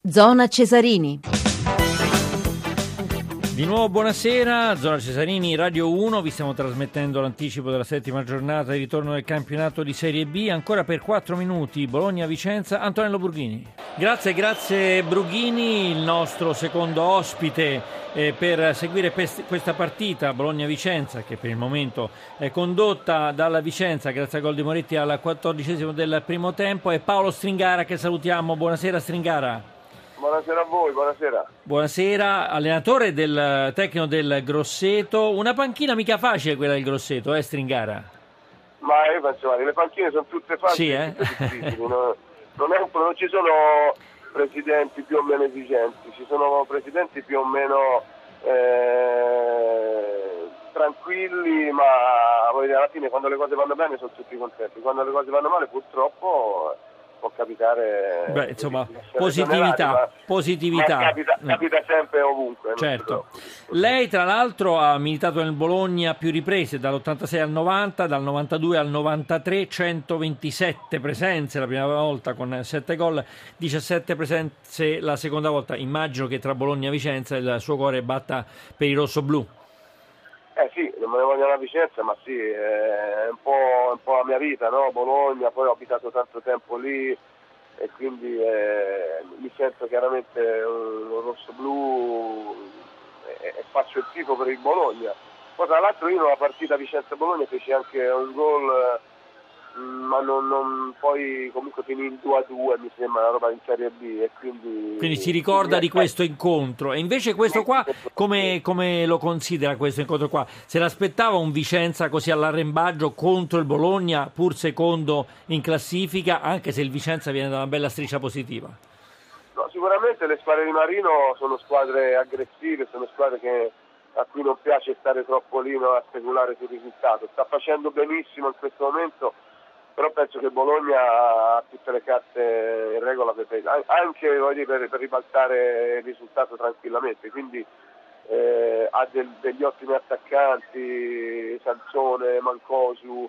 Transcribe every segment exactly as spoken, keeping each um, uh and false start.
Zona Cesarini. Di nuovo buonasera, Zona Cesarini, Radio uno, vi stiamo trasmettendo l'anticipo della settima giornata di ritorno del campionato di Serie B, ancora per quattro minuti, Bologna-Vicenza, Antonello Burghini. Grazie, grazie Burghini, il nostro secondo ospite eh, per seguire pest- questa partita, Bologna-Vicenza, che per il momento è condotta dalla Vicenza grazie al gol di Moretti al quattordicesimo del primo tempo, è Paolo Stringara che salutiamo. Buonasera Stringara. Buonasera a voi, buonasera. Buonasera, allenatore del tecnico del Grosseto. Una panchina mica facile quella del Grosseto, eh Stringara? Ma io penso, guarda, le panchine sono tutte facili, sì, eh? tutte difficili. non, non, è un, non ci sono presidenti più o meno esigenti, ci sono presidenti più o meno eh, tranquilli, ma alla fine quando le cose vanno bene sono tutti contenti, quando le cose vanno male purtroppo può capitare. Beh, insomma, positività, ma, positività. Ma capita, capita sempre ovunque. Certo. Lei tra l'altro ha militato nel Bologna a più riprese, dall'ottantasei al novanta, dal novantadue al novantatré, centoventisette presenze la prima volta con sette gol, diciassette presenze la seconda volta. Immagino che tra Bologna e Vicenza il suo cuore batta per i rossoblù. Eh sì, non me ne voglio una Vicenza, ma sì, è un po', un po' la mia vita, no? Bologna, poi ho abitato tanto tempo lì e quindi eh, mi sento chiaramente un, un rosso-blu e, e faccio il tifo per il Bologna. Poi tra l'altro io nella partita Vicenza-Bologna feci anche un gol, ma non, non poi comunque finì in due a due, mi sembra, una roba in Serie B, e quindi... Quindi si ricorda di questo incontro. E invece questo qua, come, come lo considera questo incontro qua? Se l'aspettava un Vicenza così all'arrembaggio contro il Bologna, pur secondo in classifica, anche se il Vicenza viene da una bella striscia positiva? No, sicuramente le squadre di Marino sono squadre aggressive, sono squadre che, a cui non piace stare troppo lì, no, a speculare sul risultato. Sta facendo benissimo in questo momento, però penso che Bologna ha tutte le carte in regola per, anche dire, per, per ribaltare il risultato tranquillamente, quindi eh, ha del, degli ottimi attaccanti, Sansone, Mancosu,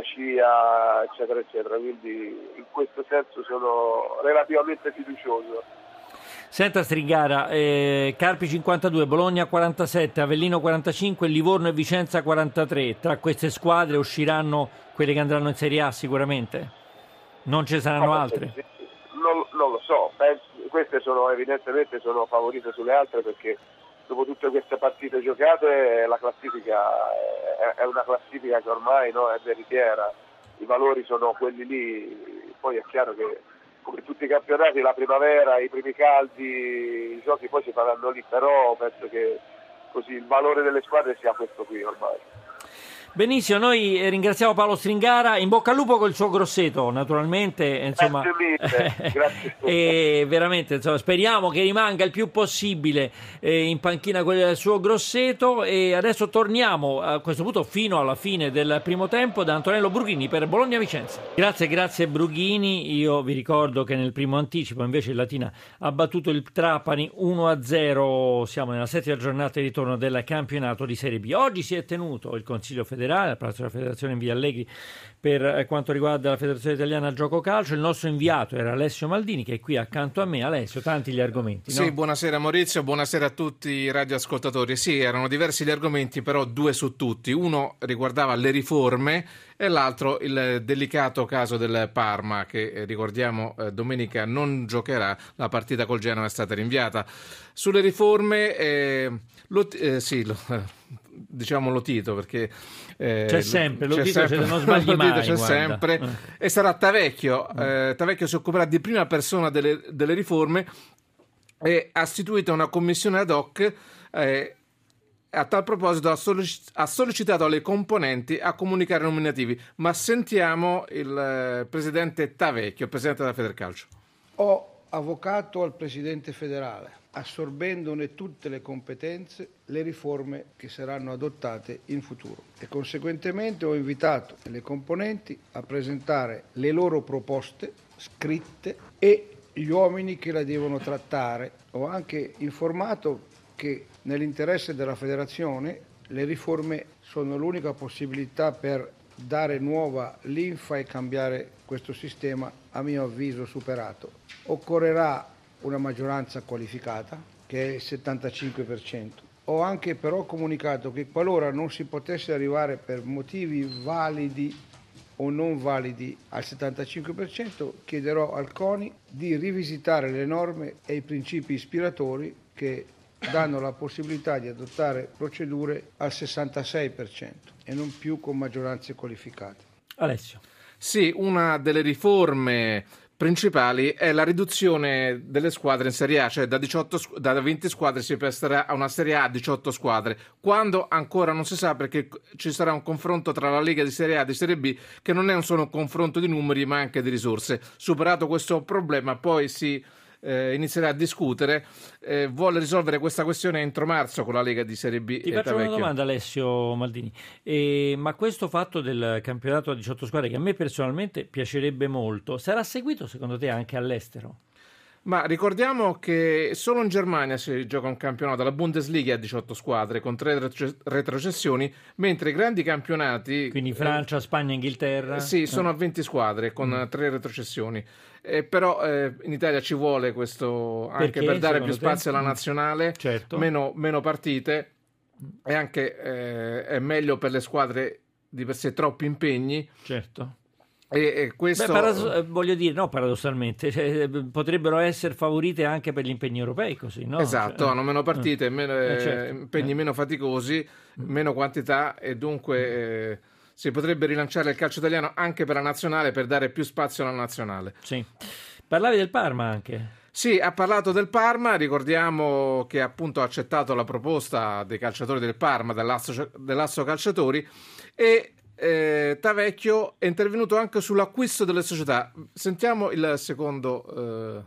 Cacia, eccetera eccetera, quindi in questo senso sono relativamente fiducioso. Senta Stringara, eh, Carpi cinquantadue, Bologna quarantasette, Avellino quarantacinque, Livorno e Vicenza quarantatré. Tra queste squadre usciranno quelle che andranno in Serie A sicuramente? Non ce saranno no, altre? Sì, sì. Non, non lo so, penso, queste sono evidentemente sono favorite sulle altre perché dopo tutte queste partite giocate la classifica è, è una classifica che ormai, no, è veritiera, i valori sono quelli lì, poi è chiaro che come tutti i campionati, la primavera, i primi caldi, i giochi poi si faranno lì, però penso che così il valore delle squadre sia questo qui ormai. Benissimo, noi ringraziamo Paolo Stringara, in bocca al lupo col suo Grosseto, naturalmente, insomma, grazie mille, grazie. E veramente, insomma, speriamo che rimanga il più possibile eh, in panchina quello del suo Grosseto. E adesso torniamo a questo punto fino alla fine del primo tempo da Antonello Burghini per Bologna-Vicenza. Grazie, grazie Burghini. Io vi ricordo che nel primo anticipo invece il Latina ha battuto il Trapani uno a zero. Siamo nella settima giornata di ritorno del campionato di Serie B. Oggi si è tenuto il Consiglio federale al Palazzo della Federazione in Via Allegri per quanto riguarda la Federazione Italiana Gioco Calcio. Il nostro inviato era Alessio Maldini, che è qui accanto a me. Alessio, tanti gli argomenti, no? Sì, buonasera Maurizio, buonasera a tutti i radioascoltatori. Sì, erano diversi gli argomenti, però due su tutti. Uno riguardava le riforme e l'altro il delicato caso del Parma, che ricordiamo eh, domenica non giocherà, la partita col Genoa è stata rinviata. Sulle riforme, eh, lo, eh, sì, lo, eh, diciamo lo Tito, perché eh, c'è sempre, lo c'è Tito, sempre, non sbagli mai, c'è guarda. sempre, e sarà Tavecchio. Eh, Tavecchio si occuperà di prima persona delle, delle riforme e ha istituito una commissione ad hoc. Eh, A tal proposito ha, sollecit- ha sollecitato alle componenti a comunicare nominativi, ma sentiamo il eh, presidente Tavecchio, presidente della Federcalcio. Ho avvocato al presidente federale, assorbendone tutte le competenze, le riforme che saranno adottate in futuro, e conseguentemente ho invitato le componenti a presentare le loro proposte scritte e gli uomini che la devono trattare. Ho anche informato che nell'interesse della federazione le riforme sono l'unica possibilità per dare nuova linfa e cambiare questo sistema, a mio avviso, superato. Occorrerà una maggioranza qualificata, che è il settantacinque per cento. Ho anche però comunicato che qualora non si potesse arrivare per motivi validi o non validi al settantacinque per cento, chiederò al CONI di rivisitare le norme e i principi ispiratori che danno la possibilità di adottare procedure al sessantasei per cento e non più con maggioranze qualificate. Alessio. Sì, una delle riforme principali è la riduzione delle squadre in Serie A, cioè da, diciotto, da venti squadre si passerà a una Serie A a diciotto squadre, quando ancora non si sa, perché ci sarà un confronto tra la Lega di Serie A e di Serie B che non è solo un confronto di numeri ma anche di risorse. Superato questo problema poi si eh, inizierà a discutere, eh, vuole risolvere questa questione entro marzo con la Lega di Serie B. Ti faccio una domanda, Alessio Maldini, eh, ma questo fatto del campionato a diciotto squadre, che a me personalmente piacerebbe molto, sarà seguito secondo te anche all'estero? Ma ricordiamo che solo in Germania si gioca un campionato, la Bundesliga a diciotto squadre con tre retrocessioni, mentre i grandi campionati... Quindi Francia, eh, Spagna, Inghilterra? Sì, sono a venti squadre con mm. tre retrocessioni. Eh, però eh, in Italia ci vuole questo anche Perché, per dare più te? spazio alla nazionale, certo. meno, meno partite, e anche eh, è meglio per le squadre di per sé troppi impegni. Certo. E, e questo... Beh, paradoss- voglio dire, no, paradossalmente, cioè, potrebbero essere favorite anche per gli impegni europei, così, no? Esatto, cioè, hanno meno partite, eh, meno, eh, certo. impegni eh. meno faticosi, meno quantità, e dunque eh, si potrebbe rilanciare il calcio italiano anche per la nazionale, per dare più spazio alla nazionale. Sì. Parlavi del Parma anche. Sì, ha parlato del Parma, ricordiamo che appunto ha accettato la proposta dei calciatori del Parma, dell'Asso, dell'Asso Calciatori, e Eh, Tavecchio è intervenuto anche sull'acquisto delle società. Sentiamo il secondo. Eh...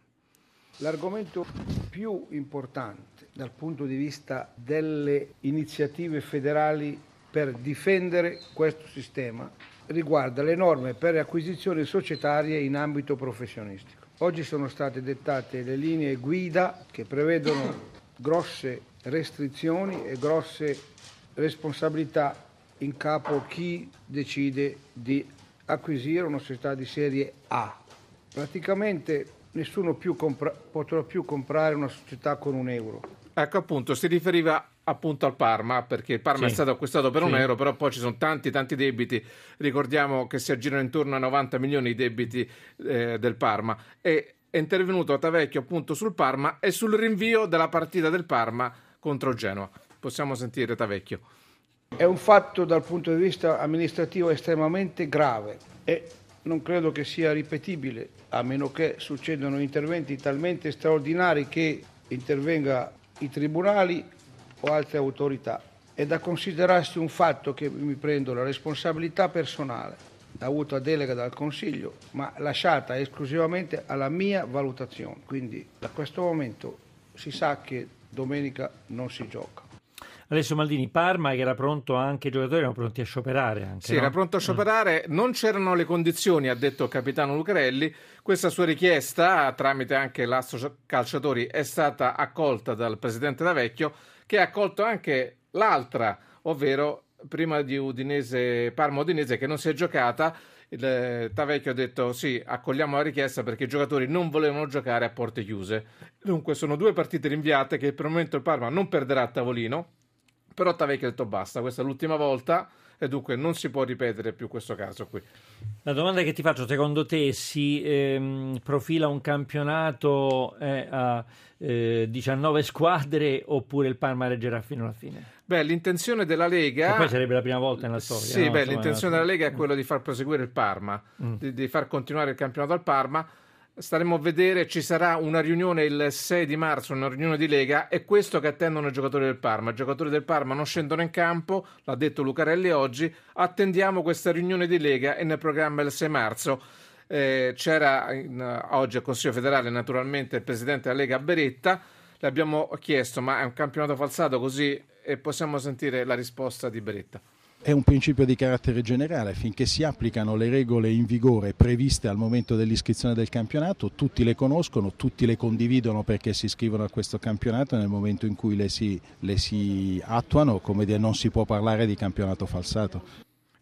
L'argomento più importante dal punto di vista delle iniziative federali per difendere questo sistema riguarda le norme per le acquisizioni societarie in ambito professionistico. Oggi sono state dettate le linee guida che prevedono grosse restrizioni e grosse responsabilità in capo a chi decide di acquisire una società di serie A. Praticamente nessuno più compra- potrà più comprare una società con un euro. Ecco, appunto, si riferiva appunto al Parma, perché il Parma sì. è stato acquistato per sì. un euro, però poi ci sono tanti tanti debiti. Ricordiamo che si aggirano intorno a novanta milioni i debiti eh, del Parma, e è intervenuto Tavecchio appunto sul Parma e sul rinvio della partita del Parma contro Genoa. Possiamo sentire Tavecchio. È un fatto dal punto di vista amministrativo estremamente grave e non credo che sia ripetibile, a meno che succedano interventi talmente straordinari che intervenga i tribunali o altre autorità. È da considerarsi un fatto che mi prendo la responsabilità personale, avuta delega dal Consiglio, ma lasciata esclusivamente alla mia valutazione. Quindi da questo momento si sa che domenica non si gioca. Adesso Maldini, Parma che era pronto, anche i giocatori erano pronti a scioperare anche, sì, no? era pronto a scioperare, non c'erano le condizioni, ha detto il capitano Lucarelli. Questa sua richiesta, tramite anche l'Asso Calciatori, è stata accolta dal presidente Tavecchio, che ha accolto anche l'altra, ovvero prima di Udinese, Parma Udinese, che non si è giocata. Il Tavecchio ha detto sì, accogliamo la richiesta perché i giocatori non volevano giocare a porte chiuse. Dunque sono due partite rinviate che per il momento il Parma non perderà a tavolino. Però Tavecchio ha detto basta, questa è l'ultima volta e dunque non si può ripetere più questo caso qui. La domanda che ti faccio, secondo te si ehm, profila un campionato eh, a eh, diciannove squadre oppure il Parma reggerà fino alla fine? Beh, l'intenzione della Lega... E poi sarebbe la prima volta nella storia. Sì, no? beh, Insomma, l'intenzione della Lega è quella di far proseguire il Parma, mm. di, di far continuare il campionato al Parma. Staremo a vedere, ci sarà una riunione il sei di marzo, una riunione di Lega, è questo che attendono i giocatori del Parma. I giocatori del Parma non scendono in campo, l'ha detto Lucarelli oggi, attendiamo questa riunione di Lega e nel programma il sei marzo. Eh, c'era in, oggi al Consiglio federale naturalmente il presidente della Lega Beretta, le abbiamo chiesto ma è un campionato falsato così, e possiamo sentire la risposta di Beretta. È un principio di carattere generale, finché si applicano le regole in vigore previste al momento dell'iscrizione del campionato, tutti le conoscono, tutti le condividono perché si iscrivono a questo campionato, nel momento in cui le si, le si attuano, come dire, non si può parlare di campionato falsato.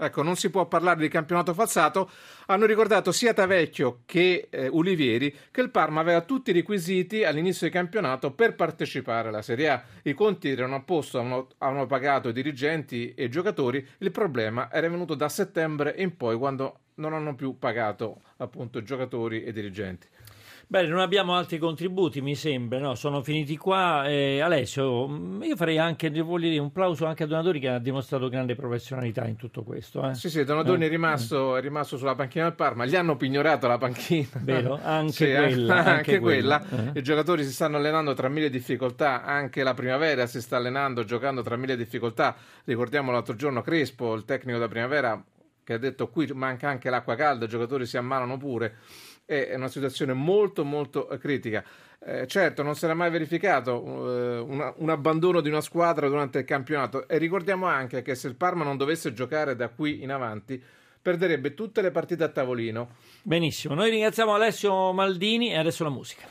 ecco, non si può parlare di campionato falsato. Hanno ricordato sia Tavecchio che eh, Ulivieri che il Parma aveva tutti i requisiti all'inizio del campionato per partecipare alla Serie A. I conti erano a posto, avevano, avevano pagato i dirigenti e i giocatori. Il problema era venuto da settembre in poi, quando non hanno più pagato appunto giocatori e dirigenti. Bene, non abbiamo altri contributi, mi sembra, no? Sono finiti qua. Eh, Alessio, io farei anche, voglio dire, un plauso anche a Donadoni, che ha dimostrato grande professionalità in tutto questo. Eh? Sì, sì, Donadoni eh, è, rimasto, eh. è rimasto sulla panchina del Parma, gli hanno pignorato la panchina. Vero, anche sì, quella. Anche, anche quella. quella. Eh. I giocatori si stanno allenando tra mille difficoltà, anche la Primavera si sta allenando, giocando tra mille difficoltà. Ricordiamo l'altro giorno Crespo, il tecnico da Primavera, che ha detto qui manca anche l'acqua calda, i giocatori si ammalano pure. È una situazione molto molto critica. Eh, certo, non si era mai verificato eh, una, un abbandono di una squadra durante il campionato, e ricordiamo anche che se il Parma non dovesse giocare da qui in avanti perderebbe tutte le partite a tavolino. Benissimo, noi ringraziamo Alessio Maldini e adesso la musica.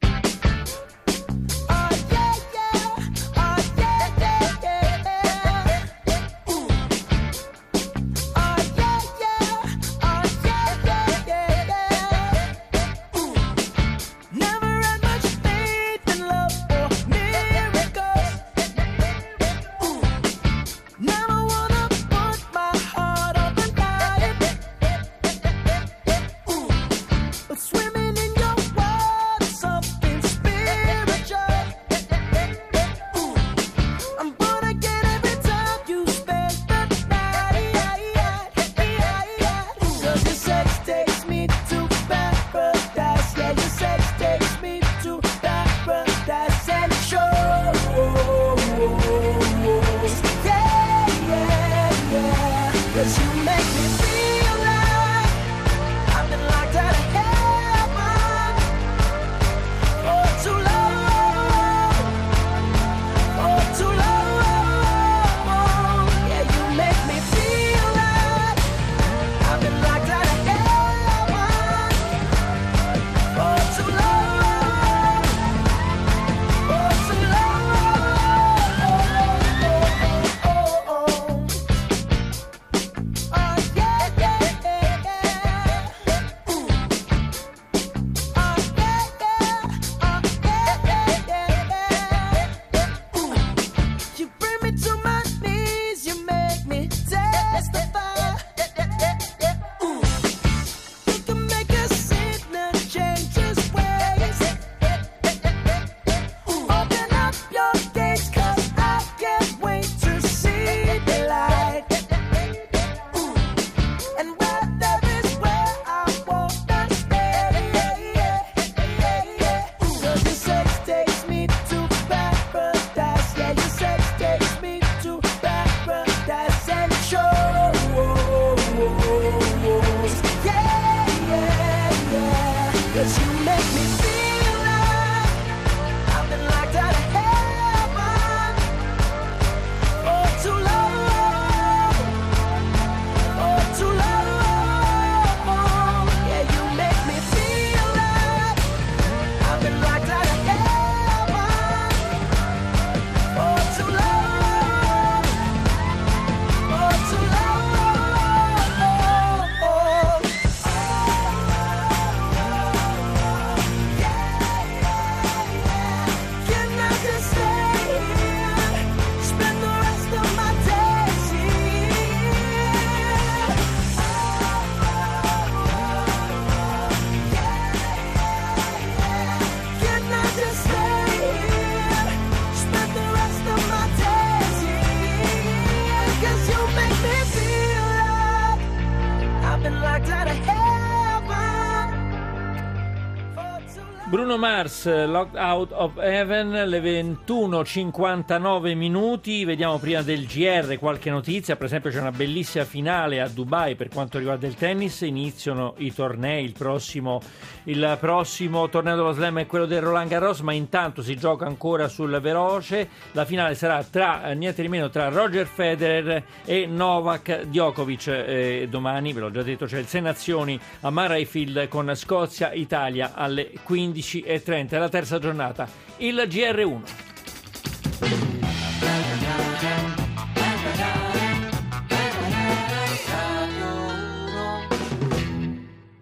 Bruno Mars, Locked Out of Heaven, le ventuno e cinquantanove minuti. Vediamo prima del G R qualche notizia. Per esempio c'è una bellissima finale a Dubai per quanto riguarda il tennis. Iniziano i tornei, il prossimo, il prossimo torneo dello Slam è quello del Roland Garros, ma intanto si gioca ancora sul veloce. La finale sarà tra niente di meno tra Roger Federer e Novak Djokovic. Eh, domani, ve l'ho già detto, c'è il Sei Nazioni a Murrayfield con Scozia-Italia alle quindici e trenta, la terza giornata. Il G R uno.